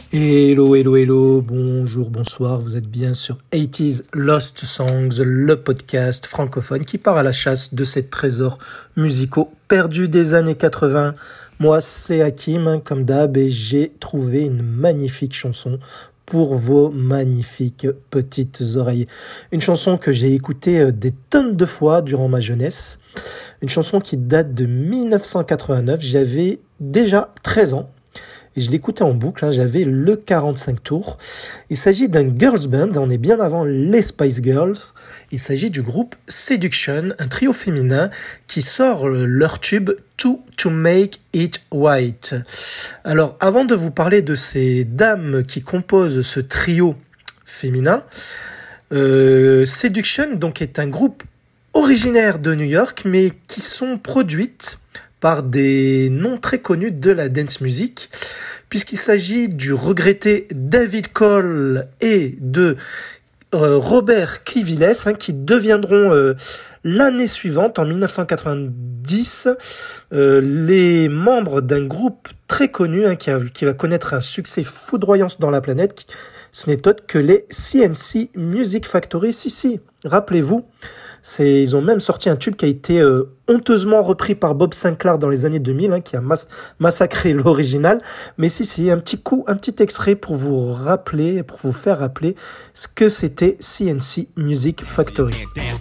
Hello, hello, hello, bonjour, bonsoir, vous êtes bien sur 80s Lost Songs, le podcast francophone qui part à la chasse de ces trésors musicaux perdus des années 80. Moi, c'est Hakim, comme d'hab, et j'ai trouvé une magnifique chanson pour vos magnifiques petites oreilles. Une chanson que j'ai écoutée des tonnes de fois durant ma jeunesse. Une chanson qui date de 1989, j'avais déjà 13 ans. Et je l'écoutais en boucle, j'avais le 45 tours. Il s'agit d'un girls band, on est bien avant les Spice Girls. Il s'agit du groupe Seduction, un trio féminin qui sort leur tube To Make It White. Alors, avant de vous parler de ces dames qui composent ce trio féminin, Seduction donc est un groupe originaire de New York, mais qui sont produites par des noms très connus de la dance music, puisqu'il s'agit du regretté David Cole et de Robert Clivillés, qui deviendront l'année suivante, en 1990, les membres d'un groupe très connu qui va connaître un succès foudroyant dans la planète. Ce n'est autre que les C&C Music Factory. Si, rappelez-vous, ils ont même sorti un tube qui a été honteusement repris par Bob Sinclair dans les années 2000, qui a massacré l'original. Mais si, un petit extrait pour vous rappeler, pour vous faire rappeler ce que c'était C&C Music Factory.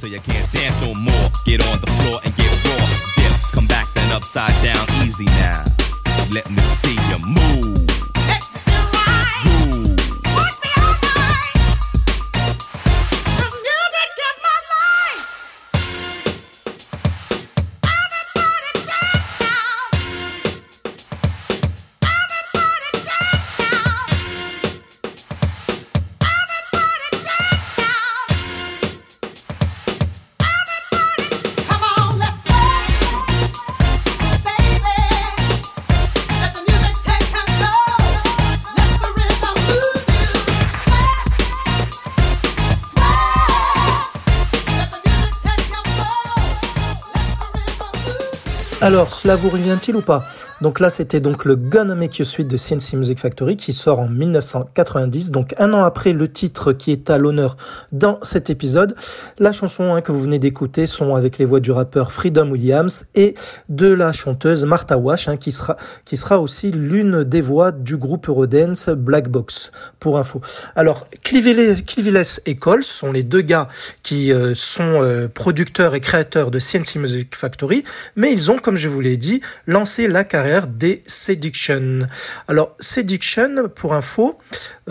Alors, cela vous revient-il ou pas ? Donc là, c'était donc le Gonna Make You Sweet de C&C Music Factory qui sort en 1990, donc un an après le titre qui est à l'honneur dans cet épisode. La chanson que vous venez d'écouter sont avec les voix du rappeur Freedom Williams et de la chanteuse Martha Wash, qui sera aussi l'une des voix du groupe Eurodance Black Box, pour info. Alors, Clivillés et Cole sont les deux gars qui sont producteurs et créateurs de C&C Music Factory, mais ils ont, comme je vous l'ai dit, lancé la carrière des Seduction. Alors, Seduction, pour info,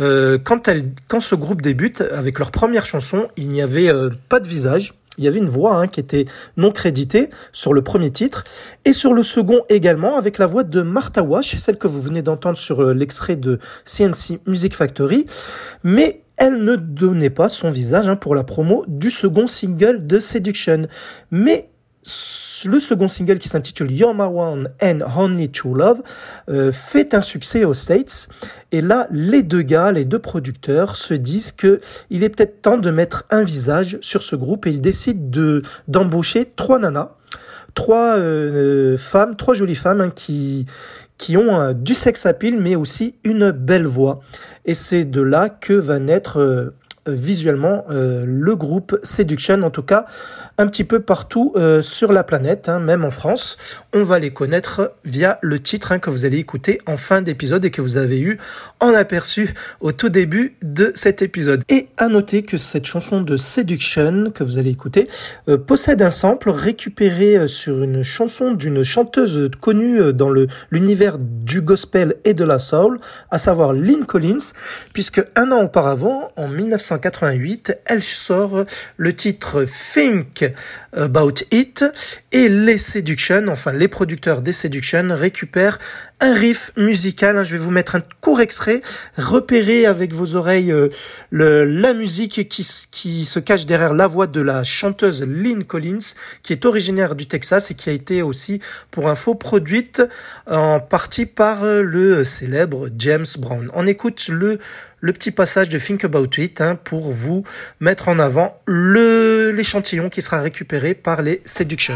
quand ce groupe débute, avec leur première chanson, il n'y avait pas de visage. Il y avait une voix qui était non créditée sur le premier titre et sur le second également avec la voix de Martha Wash, celle que vous venez d'entendre sur l'extrait de C&C Music Factory. Mais elle ne donnait pas son visage pour la promo du second single de Seduction. Mais le second single qui s'intitule You're My One and Only True Love fait un succès aux States. Et là, les deux producteurs se disent que il est peut-être temps de mettre un visage sur ce groupe et ils décident d'embaucher trois nanas, trois jolies femmes qui ont du sex appeal mais aussi une belle voix. Et c'est de là que va naître visuellement le groupe Seduction, en tout cas un petit peu partout sur la planète, même en France. On va les connaître via le titre que vous allez écouter en fin d'épisode et que vous avez eu en aperçu au tout début de cet épisode. Et à noter que cette chanson de Seduction que vous allez écouter possède un sample récupéré sur une chanson d'une chanteuse connue dans l'univers du gospel et de la soul, à savoir Lynn Collins, puisque un an auparavant, en 1988, elle sort le titre Think About It et les Seduction, les producteurs des Seduction récupèrent un riff musical. Je vais vous mettre un court extrait. Repérez avec vos oreilles la musique qui se cache derrière la voix de la chanteuse Lynn Collins, qui est originaire du Texas et qui a été aussi, pour info, produite en partie par le célèbre James Brown. On écoute le petit passage de Think About It pour vous mettre en avant l'échantillon qui sera récupéré par les Seduction.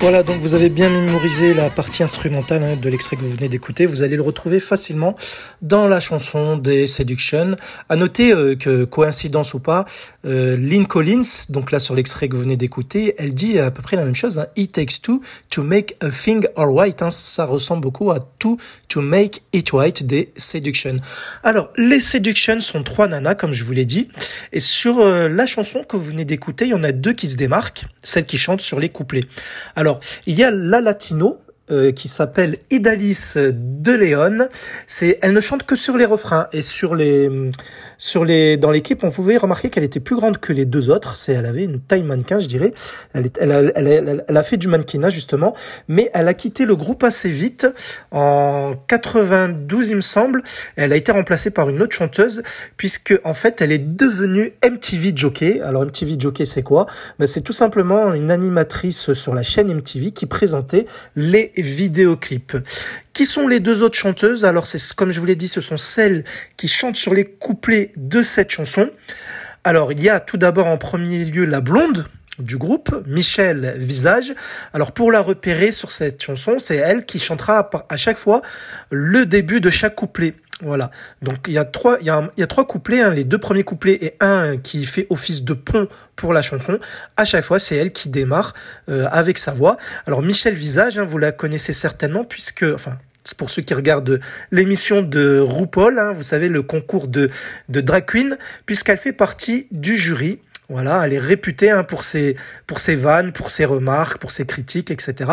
Voilà, donc vous avez bien mémorisé la partie instrumentale de l'extrait que vous venez d'écouter. Vous allez le retrouver facilement dans la chanson des Seduction. À noter que, coïncidence ou pas, Lynn Collins, donc là sur l'extrait que vous venez d'écouter, elle dit à peu près la même chose. It takes two to make a thing alright. Ça ressemble beaucoup à two to make it right des Seduction. Alors, les Seduction sont 3 nanas, comme je vous l'ai dit. Et sur la chanson que vous venez d'écouter, il y en a 2 qui se démarquent, celles qui chantent sur les couplets. Alors, il y a la latino qui s'appelle Idalis de Leon. Elle ne chante que sur les refrains et dans l'équipe, on pouvait remarquer qu'elle était plus grande que les 2 autres. Elle avait une taille mannequin, je dirais. Elle a fait du mannequinat justement, mais elle a quitté le groupe assez vite. En 92, il me semble, elle a été remplacée par une autre chanteuse, puisque en fait, elle est devenue MTV Jockey. Alors MTV Jockey, c'est quoi? C'est tout simplement une animatrice sur la chaîne MTV qui présentait les vidéoclips. Qui sont les 2 autres chanteuses? Alors, comme je vous l'ai dit, ce sont celles qui chantent sur les couplets de cette chanson. Alors, il y a tout d'abord en premier lieu la blonde du groupe, Michel Visage. Alors, pour la repérer sur cette chanson, c'est elle qui chantera à chaque fois le début de chaque couplet. Voilà. Donc, il y a 3 couplets, les 2 premiers couplets et un qui fait office de pont pour la chanson. À chaque fois, c'est elle qui démarre avec sa voix. Alors, Michel Visage, vous la connaissez certainement c'est pour ceux qui regardent l'émission de RuPaul, vous savez, le concours de drag queen, puisqu'elle fait partie du jury. Voilà, elle est réputée pour ses vannes, pour ses remarques, pour ses critiques, etc.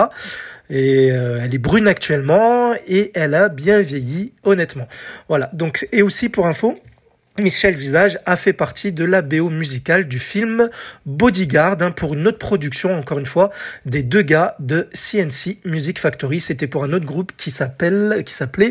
Et elle est brune actuellement et elle a bien vieilli, honnêtement. Voilà, donc, et aussi pour info, Michel Visage a fait partie de la BO musicale du film Bodyguard, pour une autre production, encore une fois, des 2 gars de CNC Music Factory. C'était pour un autre groupe qui s'appelait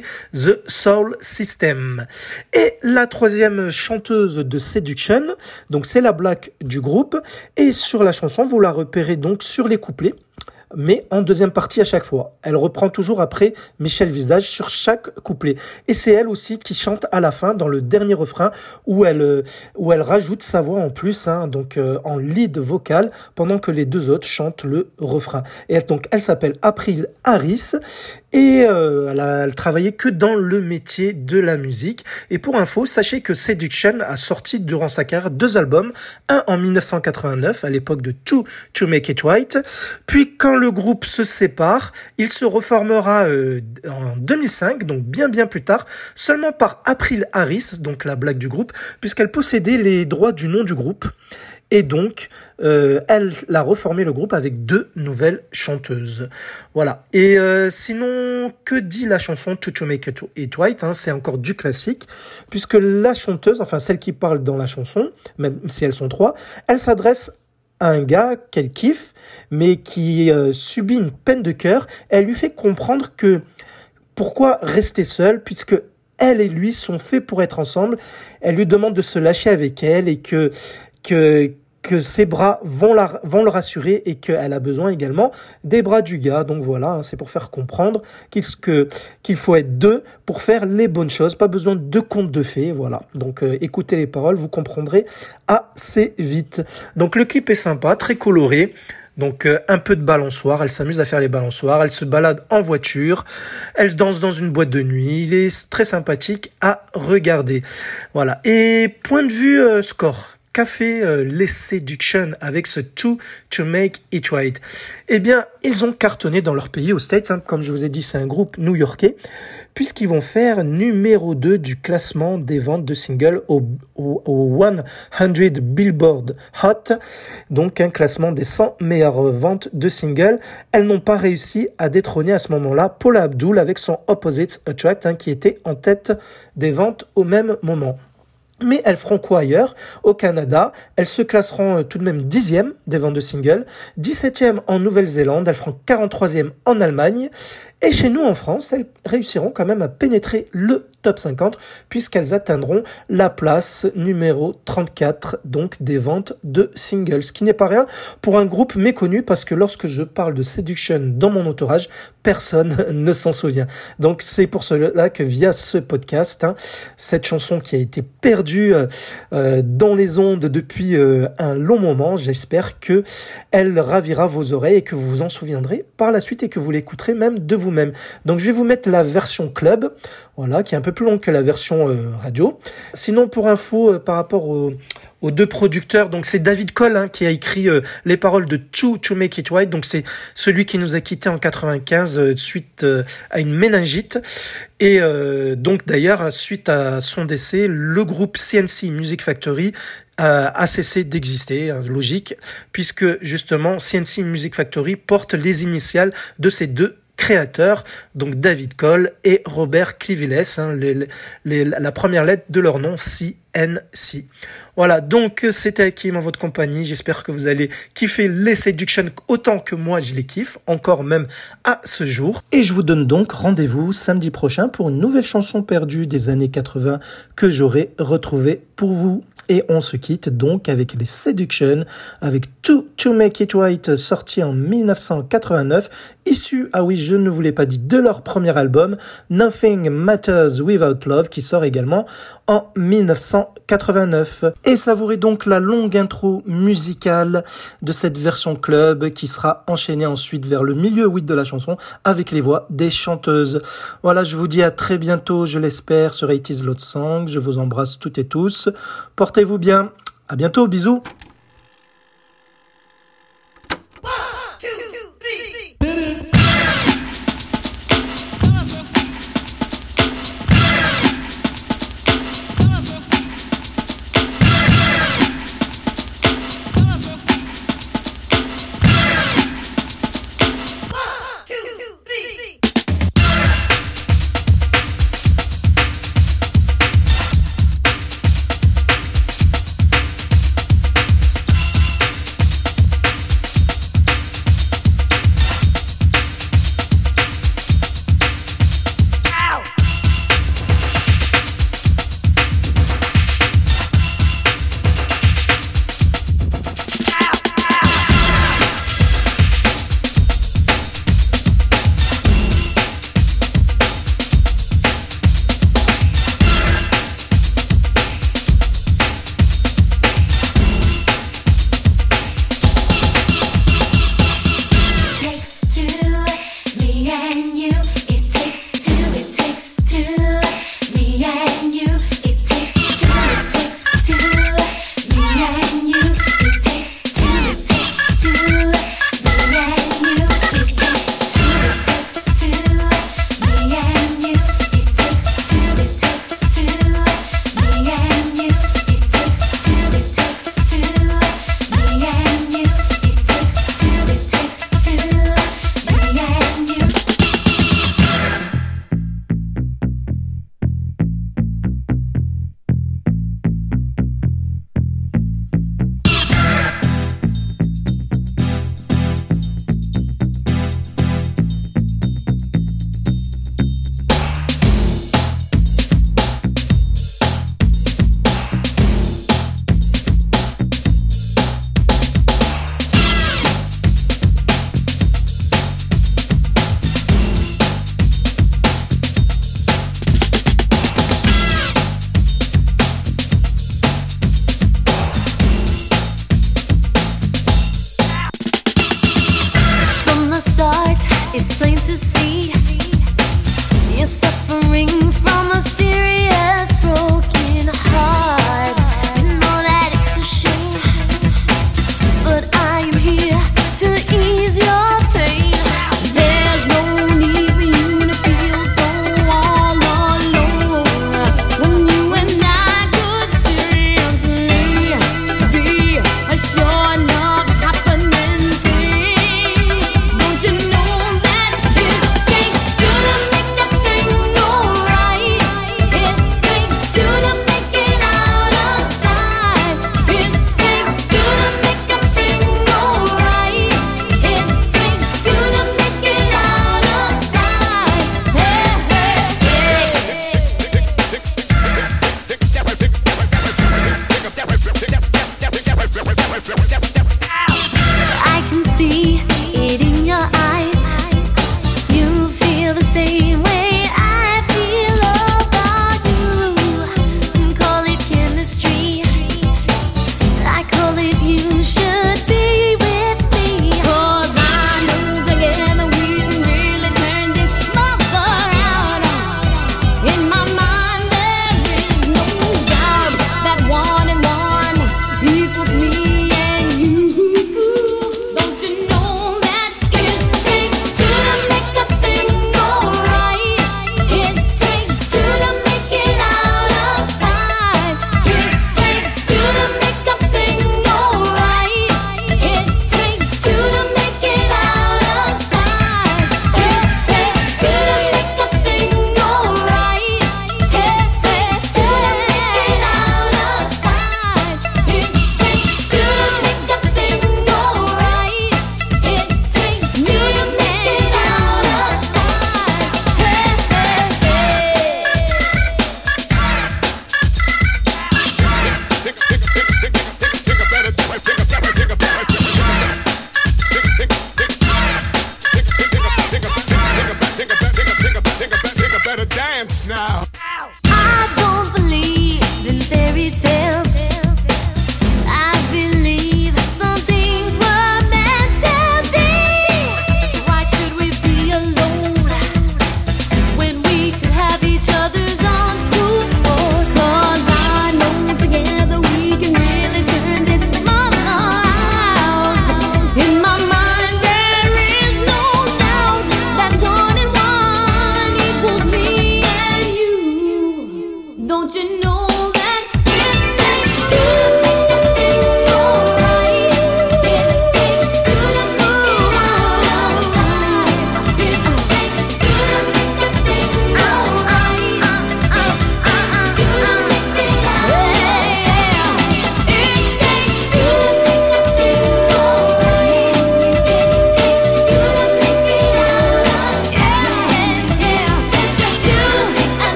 The Soul System. Et la 3e chanteuse de Seduction, donc c'est la Black du groupe. Et sur la chanson, vous la repérez donc sur les couplets, mais en 2e partie à chaque fois. Elle reprend toujours après Michel Visage sur chaque couplet. Et c'est elle aussi qui chante à la fin, dans le dernier refrain, où elle rajoute sa voix en plus, donc en lead vocal, pendant que les 2 autres chantent le refrain. Et elle s'appelle April Harris, et elle travaillait que dans le métier de la musique. Et pour info, sachez que Seduction a sorti durant sa carrière 2 albums, un en 1989, à l'époque de Two to Make It Right, puis quand le groupe se sépare, il se reformera en 2005, donc bien plus tard, seulement par April Harris, donc la blague du groupe, puisqu'elle possédait les droits du nom du groupe. Et donc, elle a reformé le groupe avec 2 nouvelles chanteuses. Voilà. Et sinon, que dit la chanson To Make It Right? C'est encore du classique, puisque la chanteuse, celle qui parle dans la chanson, même si elles sont 3, elle s'adresse à un gars qu'elle kiffe, mais qui subit une peine de cœur. Elle lui fait comprendre que pourquoi rester seule, puisque elle et lui sont faits pour être ensemble. Elle lui demande de se lâcher avec elle et que ses bras vont le rassurer, et qu'elle a besoin également des bras du gars. Donc voilà, c'est pour faire comprendre qu'il faut être 2 pour faire les bonnes choses, pas besoin de contes de fées, voilà. Donc écoutez les paroles, vous comprendrez assez vite. Donc le clip est sympa, très coloré. Donc un peu de balançoire, elle s'amuse à faire les balançoires, elle se balade en voiture, elle danse dans une boîte de nuit, il est très sympathique à regarder. Voilà. Et point de vue score, qu'a fait les Seduction avec ce To Make It Right? Eh bien, ils ont cartonné dans leur pays, aux States. Comme je vous ai dit, c'est un groupe new-yorkais, puisqu'ils vont faire numéro 2 du classement des ventes de singles au 100 Billboard Hot, donc un classement des 100 meilleures ventes de singles. Elles n'ont pas réussi à détrôner à ce moment-là Paula Abdul avec son Opposites Attract, qui était en tête des ventes au même moment. Mais elles feront quoi ailleurs? Au Canada, elles se classeront tout de même 10e des ventes de singles, 17e en Nouvelle-Zélande, elles feront 43e en Allemagne, Et chez nous en France, elles réussiront quand même à pénétrer le top 50 puisqu'elles atteindront la place numéro 34 donc des ventes de singles, ce qui n'est pas rien pour un groupe méconnu parce que lorsque je parle de Seduction dans mon entourage, personne ne s'en souvient. Donc c'est pour cela que via ce podcast, cette chanson qui a été perdue dans les ondes depuis un long moment, j'espère que elle ravira vos oreilles et que vous vous en souviendrez par la suite et que vous l'écouterez même de vous-même. Donc je vais vous mettre la version club, voilà, qui est un peu plus longue que la version radio. Sinon pour info par rapport aux deux producteurs, donc c'est David Cole qui a écrit les paroles de To Make It Right, donc c'est celui qui nous a quittés en 95 suite à une méningite et donc d'ailleurs suite à son décès, le groupe CNC Music Factory a cessé d'exister, logique, puisque justement CNC Music Factory porte les initiales de ces deux créateurs, donc David Cole et Robert Clivillés, la première lettre de leur nom, CNC. Voilà, donc c'était Hakim en votre compagnie, j'espère que vous allez kiffer les Seduction autant que moi je les kiffe, encore même à ce jour. Et je vous donne donc rendez-vous samedi prochain pour une nouvelle chanson perdue des années 80 que j'aurai retrouvée pour vous. Et on se quitte donc avec les Seduction, avec To Make It Right, sorti en 1989, issu, ah oui, je ne vous l'ai pas dit, de leur premier album, Nothing Matters Without Love, qui sort également en 1989. Et savourez donc la longue intro musicale de cette version club, qui sera enchaînée ensuite vers le milieu 8 de la chanson, avec les voix des chanteuses. Voilà, je vous dis à très bientôt, je l'espère, sur 80's Love Song. Je vous embrasse toutes et tous. Portez-vous bien. À bientôt. Bisous.